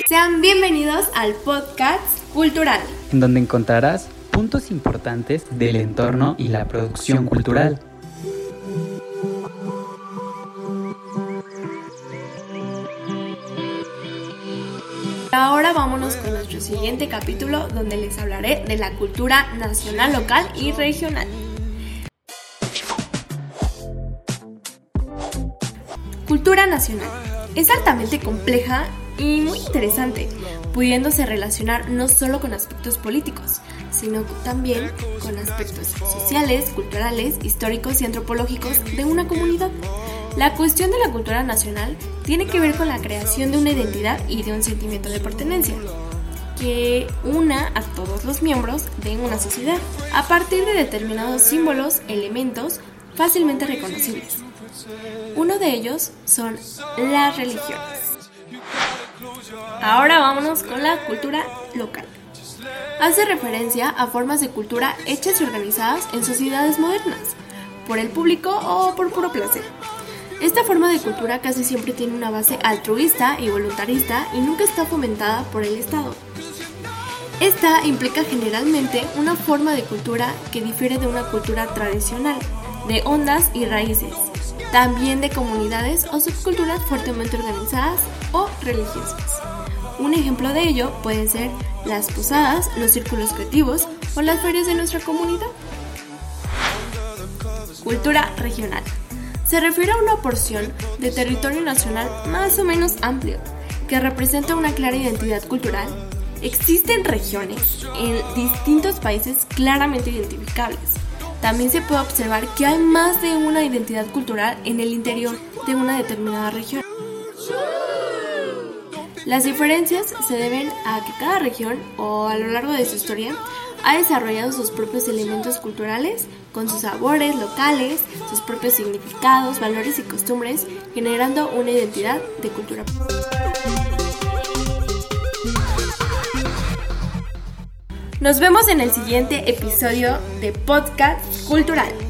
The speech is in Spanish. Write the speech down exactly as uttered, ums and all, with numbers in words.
Sean bienvenidos al podcast cultural, en donde encontrarás puntos importantes del entorno y la producción cultural. Ahora vámonos con nuestro siguiente capítulo, donde les hablaré de la cultura nacional, local y regional. Cultura nacional es altamente compleja y muy interesante, pudiéndose relacionar no solo con aspectos políticos, sino también con aspectos sociales, culturales, históricos y antropológicos de una comunidad. La cuestión de la cultura nacional tiene que ver con la creación de una identidad y de un sentimiento de pertenencia, que una a todos los miembros de una sociedad, a partir de determinados símbolos, elementos fácilmente reconocibles. Uno de ellos son las religiones. Ahora vámonos con la cultura local. Hace referencia a formas de cultura hechas y organizadas en sociedades modernas, por el público o por puro placer. Esta forma de cultura casi siempre tiene una base altruista y voluntarista y nunca está fomentada por el Estado. Esta implica generalmente una forma de cultura que difiere de una cultura tradicional, de ondas y raíces, también de comunidades o subculturas fuertemente organizadas o religiosas. Un ejemplo de ello pueden ser las posadas, los círculos creativos o las ferias de nuestra comunidad. Cultura regional. Se refiere a una porción de territorio nacional más o menos amplio, que representa una clara identidad cultural. Existen regiones en distintos países claramente identificables. También se puede observar que hay más de una identidad cultural en el interior de una determinada región. Las diferencias se deben a que cada región, o a lo largo de su historia, ha desarrollado sus propios elementos culturales, con sus sabores locales, sus propios significados, valores y costumbres, generando una identidad de cultura. Nos vemos en el siguiente episodio de Podcast Cultural.